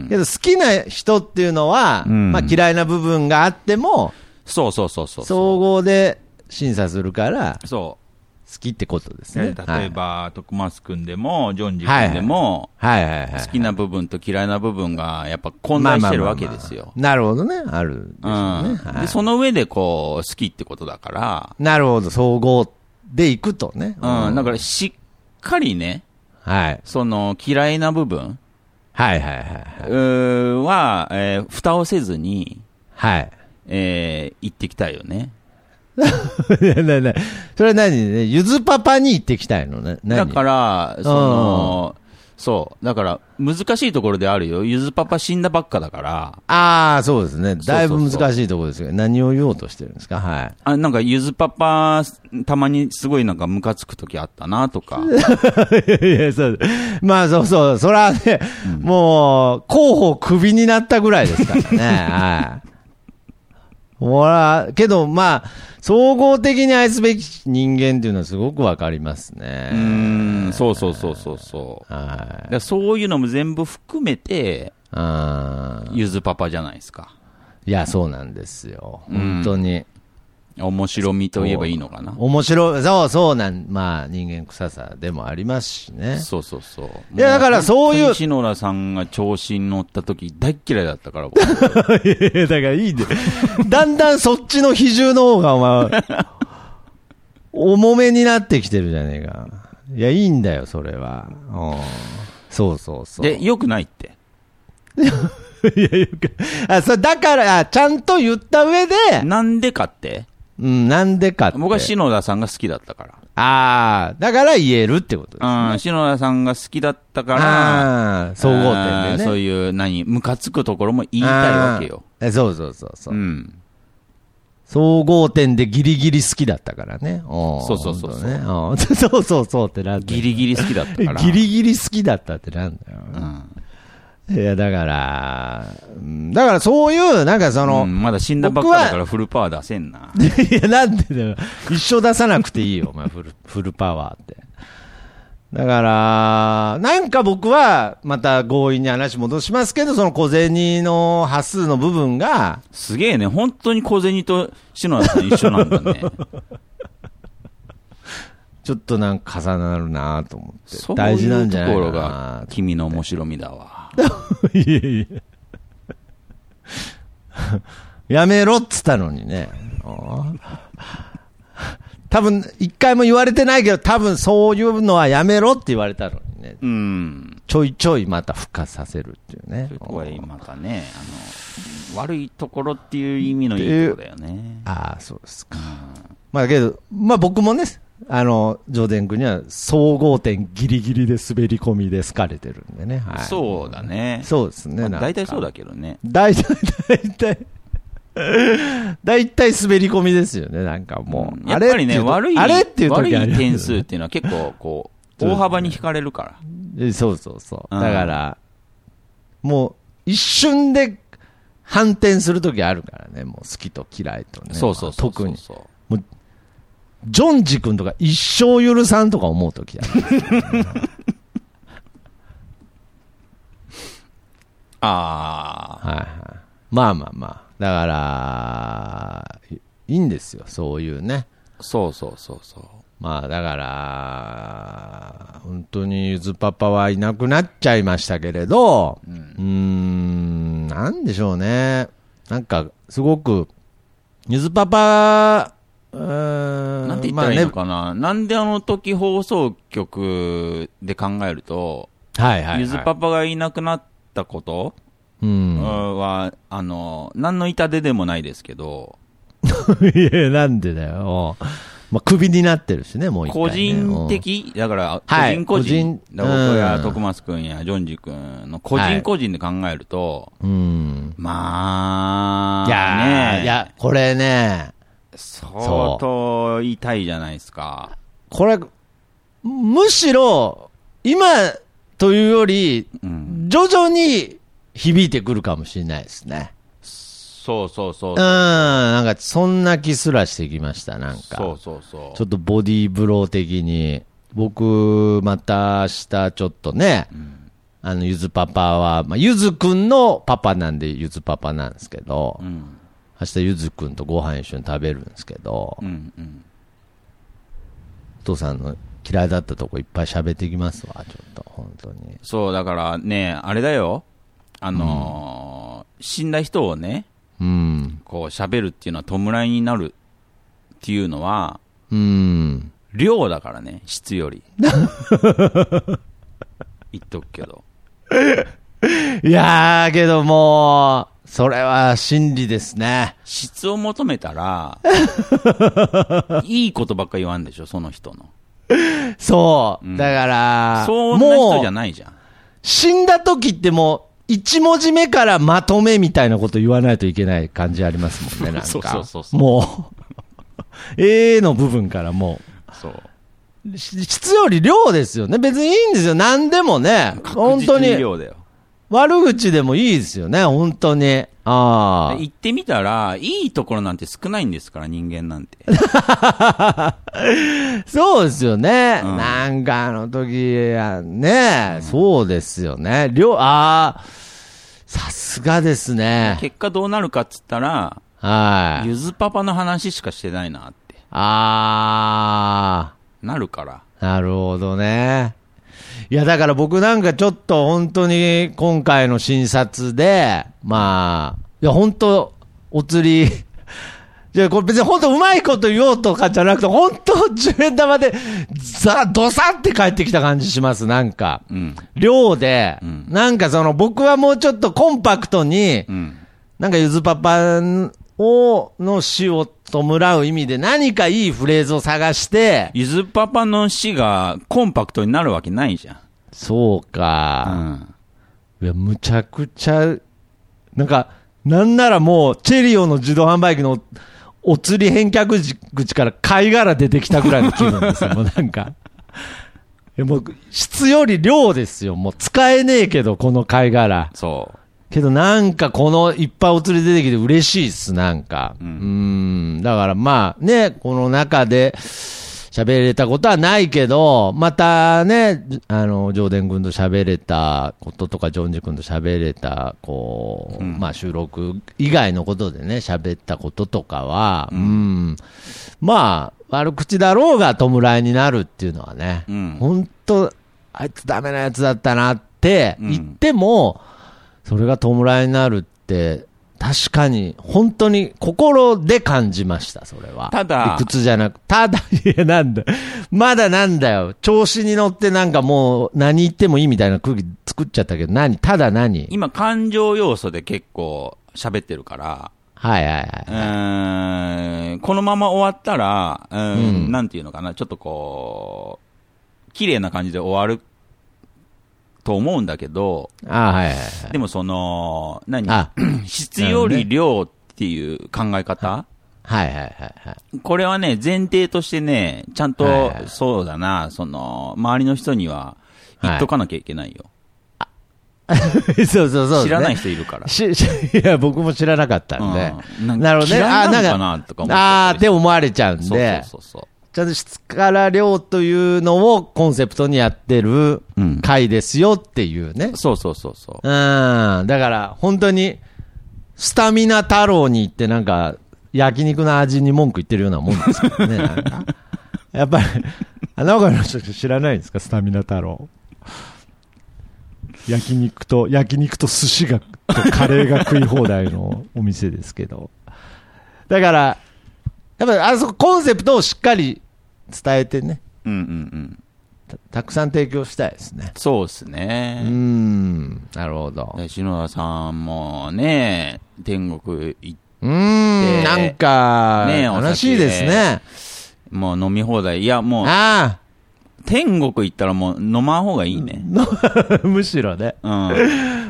けど好きな人っていうのは、うん、まあ嫌いな部分があっても、 そうそうそうそう。 総合で審査するから、 そう。 好きってことですね。 例えば、はい、徳松くんでも、ジョンジ君でも、はいはいはいはいはい、好きな部分と嫌いな部分がやっぱ混在してるわけですよ。 まあまあまあまあ、なるほどね。あるでしょうね、うんはい。で、その上でこう、好きってことだから。 なるほど、総合でいくとね。 うん、うん、だからしっかりね、 はい。 その嫌いな部分はいはいはい、はい。 は、えー、蓋をせずに、 はい。 えー、言ってきたいよね。 いやななそれは何ね、ゆずパパに言ってきたいのね。 だから、その、そう。だから、難しいところであるよ。ゆずパパ死んだばっかだから。 ああ、そうですね。だいぶ難しいところですけど、何を言おうとしてるんですか？はい。 あ、なんか、ゆずパパ、たまにすごいなんかムカつくときあったな、とか。 いやいや、そう。まあ、そうそう。それはね、うん、もう、候補クビになったぐらいですからね。はい。ほら、けど、まあ、総合的に愛すべき人間っていうのはすごくわかりますね。 うーん、そうそうそうそうそう。はい。そういうのも全部含めて、ゆずパパじゃないですか。 いや、そうなんですよ。本当に。 面白みと言えばいいのかな。 面白い、そうそうなん、まあ人間臭さでもありますしね。 そうそうそう。 いやだからそういう。 西野さんが調子に乗った時大っ嫌いだったから僕。 いやいやだからいいんで。だんだんそっちの比重の方がお前、重めになってきてるじゃねえか。いやいいんだよそれは。うん、そうそうそう。 で良くないって。 いや、よく、あ、それだから、あ、ちゃんと言った上で、 なんでかって、 うん、なんでかって。 僕は篠田さんが好きだったから。 ああ、だから言えるってことですね。 うん、篠田さんが好きだったから、 ああ、総合点でね。 そういう、何、ムカつくところも言いたいわけよ。 え、そうそうそうそう。 うん。 総合点でギリギリ好きだったからね。 そうそうそうそう。 ね、そうそうそうってなんだよ。 ギリギリ好きだったから。 ギリギリ好きだったってなんだよ。うん、いや、だから、だからそういう、なんかその、うん、 まだ死んだばっかだからフルパワー出せんな。 いや、なんでだよ。一生出さなくていいよ、お前フル、フルパワーって。だから、なんか僕は、また強引に話戻しますけど、その小銭の端数の部分が。 すげえね、本当に小銭と篠田さん一緒なんだね。 ちょっとなんか重なるなと思って。大事なんじゃないかな。そういうところが君の面白みだわ。 いえいえ。やめろっつったのにね。多分、一回も言われてないけど、多分そういうのはやめろって言われたのにね。 うん。 ちょいちょいまた復活させるっていうね。 そういうとこはまたね、あの、悪いところっていう意味のいいところだよね。 ああ、そうですか。うん、まあけど、まあ僕もね、あの、ジョーデン君には総合点ギリギリで滑り込みで好かれてるんでね。はい、 そうだね。 そうですね。 まあ、大体そうだけどね。 大体、大体。大体滑り込みですよね、なんかもう。 やっぱりね、悪い、 あれっていう時あ悪い点数っていうのは結構、こう、大幅に引かれるから。 そうそうそう。だから、もう、一瞬で反転する時あるからね、もう好きと嫌いとね。 そうそうそう。 特に。もうジョンジ君とか一生許さんとか思う時ある。 ああ。 はいはい。まあまあまあ。だから、いいんですよ、そういうね。 そうそうそうそう。 まあだから、本当にゆずパパはいなくなっちゃいましたけれど、うん、うーん、なんでしょうね。なんか、すごく、ゆずパパ、うーん、 なんて言ったらいいのかな。まあね、なんであの時放送局で考えると、 はいはいはい、 ゆずパパがいなくなったこと、うん、は、あの、何の痛手でもないですけど。 いや、なんでだよ。まあ、クビになってるしね、もう一回、ね。 個人的だから、個人個人。はい、僕や徳松くんやジョンジくんの個人個人で考えると、はい、うん、まあ、 いやね、いや、これね、 相当痛いじゃないですか。 これ、むしろ、今というより、うん、徐々に、響いてくるかもしれないですね。 そうそうそう。うん、 なんかそんな気すらしてきました、なんか。 そうそうそう。 ちょっとボディーブロー的に、僕、また明日ちょっとね、うん、あの、ゆずパパは、まあ、ゆずくんのパパなんでゆずパパなんですけど、うん、明日ゆずくんとご飯一緒に食べるんですけど、うんうん、お父さんの嫌いだったとこいっぱい喋ってきますわ、ちょっと、本当に。 そう、だからね、あれだよ。あのーうん、死んだ人をね、うん、こう喋るっていうのは弔いになるっていうのは、うん、量だからね、質より。言っとくけど。 いやー、けどもう、それは真理ですね。 質を求めたら、いいことばっか言わんでしょ、その人の。 そう。うん、だから、 そんな人じゃないじゃん。 死んだ時ってもう、一文字目からまとめみたいなこと言わないといけない感じありますもんね、なんか。そうそうそうそう。もう、A の部分からもう。そう。質より量ですよね。別にいいんですよ。何でもね。本当に。量だよ。悪口でもいいですよね、本当に。ああ。 言ってみたら、いいところなんて少ないんですから、人間なんて。 そうですよね。うん、なんかあの時やね、うん、そうですよね。量、ああ、さすがですね。 結果どうなるかっつったら、はい。ゆずパパの話しかしてないなって。ああ。なるから。 なるほどね。いや、だから僕なんかちょっと本当に今回の診察で、まあ、いや本当、お釣り、 じゃあこれ別に本当うまいこと言おうとかじゃなくて、本当じゅうえん玉で、ザ、ドサって帰ってきた感じします、なんか。うん、量で、うん、なんかその僕はもうちょっとコンパクトに、うん、なんかゆずパパを、の死を弔う意味で何かいいフレーズを探して。 ゆずパパの死がコンパクトになるわけないじゃん。 そうか。うん、いや、むちゃくちゃ、なんか、なんならもう、チェリオの自動販売機のお釣り返却口から貝殻出てきたぐらいの気分ですよ、もうなんか。いやもう、質より量ですよ。もう使えねえけど、この貝殻。 そう。 けどなんかこのいっぱいお釣り出てきて嬉しいっす、なんか。うん。うーんだからまあね、この中で喋れたことはないけど、またね、あの、ジョーデン君と喋れたこととか、ジョンジ君と喋れた、こう、うん、まあ収録以外のことでね、喋ったこととかは、うん、うんまあ、悪口だろうが弔いになるっていうのはね、うん、本当あいつダメなやつだったなって言っても、うん、それが弔いになるって、確かに、本当に心で感じました、それは。 ただ、 理屈じゃなく、ただ、いや、なんだ、まだなんだよ、調子に乗ってなんかもう、何言ってもいいみたいな空気作っちゃったけど、何、ただ何今、感情要素で結構喋ってるから、 はいはいはい、 えー。このまま終わったら、うん、うん、なんていうのかな、ちょっとこう、綺麗な感じで終わると思うんだけど、 あはいはいはい、 でもその、何質より量っていう考え方、 はいはいはいはい。 これはね、前提としてね、ちゃんと、はいはい、そうだな、その、周りの人には言っとかなきゃいけないよ。 はい、そうそうそう、ね。 知らない人いるから。 し、しいや、僕も知らなかったんで。 うん、なるほどね。あ、なんかなとか思って。 ああ、って思われちゃうんで。 そうそうそうそう。 ちゃんと質から量というのをコンセプトにやってる回ですよっていうね。 うん、そうそうそうそう。 うん。だから、本当に、スタミナ太郎に行ってなんか、焼肉の味に文句言ってるようなもんですけどね。なんかやっぱり、あの子の人知らないんですか、スタミナ太郎。焼肉と、焼肉と寿司が、とカレーが食い放題のお店ですけど。だから、やっぱりあそこコンセプトをしっかり伝えてね。 うんうんうん。 た, たくさん提供したいですね。 そうですね。 うーん。なるほど。 篠田さんもね、天国行って。 うーん。なんか、ね、楽しいですね。 もう飲み放題。いや、もう。ああ。天国行ったらもう飲まん方がいいね。 むしろね。 うん。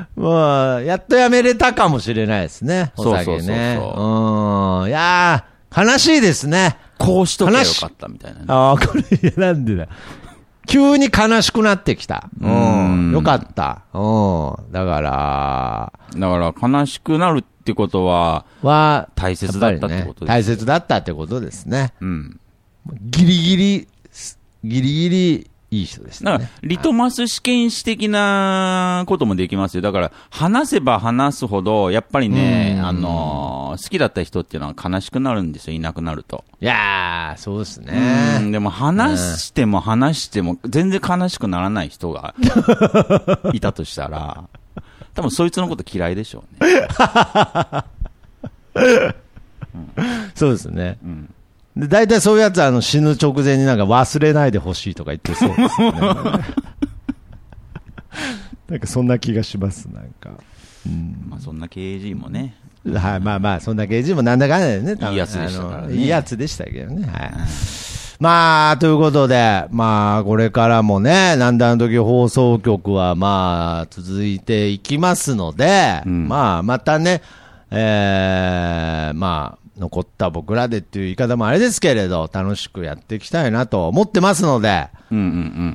もう、やっとやめれたかもしれないですね。お酒ね。そうそうそうそう。うん。いやー、悲しいですね。 こうしとけばよかったみたいな、ね。 ああ、これ、なんでだ。急に悲しくなってきた。うん。よかった。うん。だから、 だから悲しくなるってことは、は、大切だったってことです、ね。 大切だったってことですね。 うん。 ギリギリ、ギリギリいい人ですね。 だから、リトマス試験紙的なこともできますよ。だから、話せば話すほど、やっぱりね、あのー、好きだった人っていうのは悲しくなるんですよ、いなくなると。 いやー、そうですね。 うん、でも話しても話しても、全然悲しくならない人がいたとしたら、多分そいつのこと嫌いでしょうね。 うん、そうですね。うんで、大体そういうやつはあの死ぬ直前になんか忘れないでほしいとか言ってそうですよね。なんかそんな気がします、なんか。 うん、まあそんな ケージー もね。 はい、まあまあ、そんな ケージー もなんだかんだでね。 いいやつでしたからね。 いいやつでしたけどね。はい。まあ、ということで、まあ、これからもね、なんであの時放送局はまあ、続いていきますので、うん、まあ、またね、えー、まあ、残った僕らでっていう言い方もあれですけれど、楽しくやっていきたいなと思ってますので、 うんうんうん、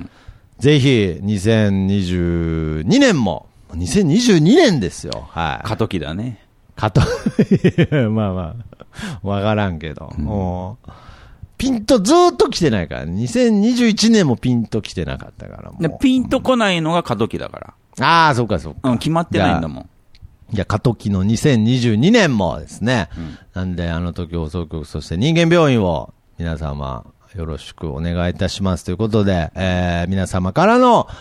ぜひにせんにじゅうにねんも、にせんにじゅうにねんですよ。はい。 過渡期だね。 過渡まあまあ、わからんけど、うん、もうピンとずーっと来てないから、にせんにじゅういちねんもピンと来てなかったからもう。 ピンと来ないのが過渡期だから。 ああ、そうかそうか。 うん、決まってないんだもん。 じゃあ、過渡期のにせんにじゅうにねんもですね、うん、なんであの時放送局、そして人間病院を皆様よろしくお願いいたしますということで、えー、皆様からの、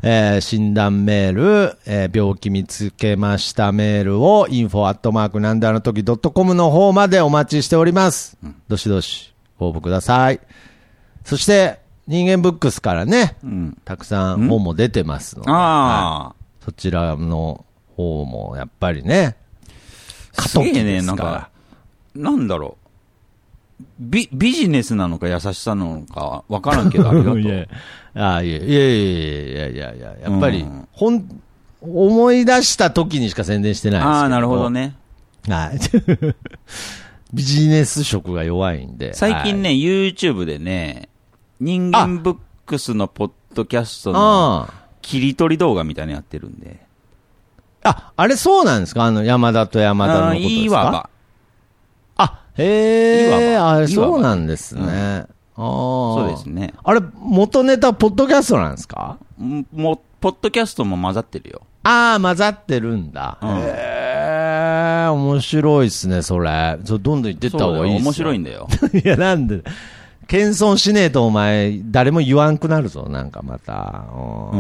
えー、診断メール、えー、病気見つけましたメールを インフォ アットマーク なんであの時 ドットコム の方までお待ちしております。うん、どしどし応募ください。そして、人間ブックスからね、うん、たくさん本も出てますので、 あはい、そちらの方もやっぱりね、過渡期ですから。すげえね、なんか、 なんだろう。ビ, ビジネスなのか優しさなのか分からんけどありがとう。いやあいやいやいやいやいやいややっぱり、うん、ほん思い出した時にしか宣伝してないですけど。 ああなるほどね。 はい。ビジネス色が弱いんで。 最近ね、はい、YouTube でね人間ブックスのポッドキャストの切り取り動画みたいなのやってるんで。 ああれそうなんですか、あの山田と山田のことですか。いわば。あへえ、あれそうなんですね。うん、あそうですね。 あれ、元ネタ、ポッドキャストなんですか？ も、ポッドキャストも混ざってるよ。 ああ、混ざってるんだ。うん、へえ、面白いっすね、それ。それどんどん言ってった方がいいっすよ。 面白いんだよ。 いや、なんで、謙遜しねえとお前、誰も言わんくなるぞ、なんかまた。うん、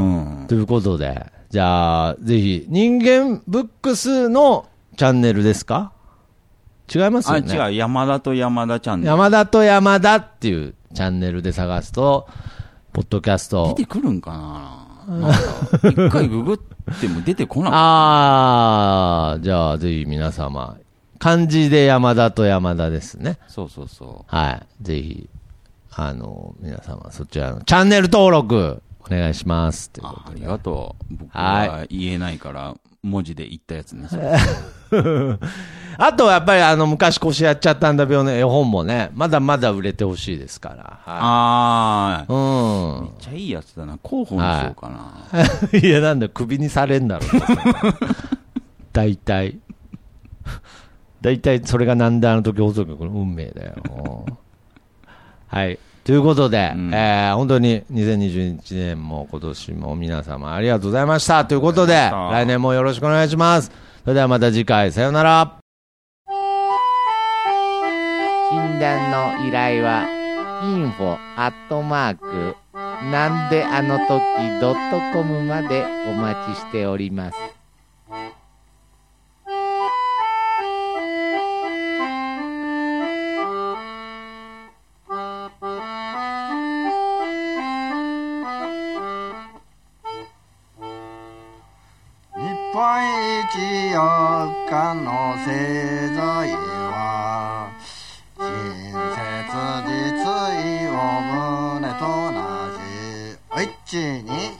ということで、じゃあ、ぜひ、人間ブックスのチャンネルですか？違いますよね。 あ、違う。山田と山田チャンネル。 山田と山田っていうチャンネルで探すと、ポッドキャスト。 出てくるんかな、なんか一回ググっても出てこなかった。 ああ、じゃあぜひ皆様、漢字で山田と山田ですね。 そうそうそう。 はい。ぜひ、あの、皆様そちらのチャンネル登録お願いします。ということで。 あ、ありがとう。僕は言えないから、文字で言ったやつね。 あとはやっぱりあの昔腰やっちゃったんだ病の絵本もね、まだまだ売れてほしいですから。はい、 ああ、 うん。 めっちゃいいやつだな。候補にしようかな。 はい、いや、なんだ、クビにされんだろう。大体。大体それがなんであの時放送局の運命だよ。はい。ということで、うん、えー、本当ににせんにじゅういちねんも今年も皆様ありがとうございました。ということで、来年もよろしくお願いします。それではまた次回、さようなら。 診断の依頼は、インフォ アットマーク なんであの時 ドットコム までお待ちしております。 日本一四日の製材は親切実意を胸と同じお一に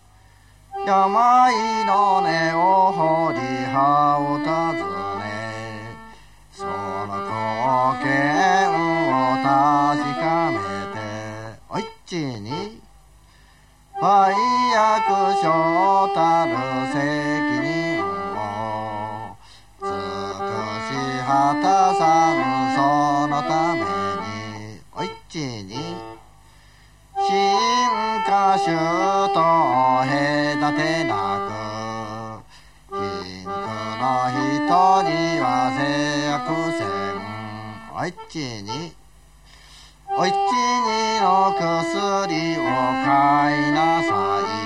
病の根を掘り葉を尋ねその貢献を確かめてお一に売約所たる責任を尽くし果たさぬそのためにお一に新歌手と隔てなく貧苦の人には制約せんお一にお一にの薬を買いなさい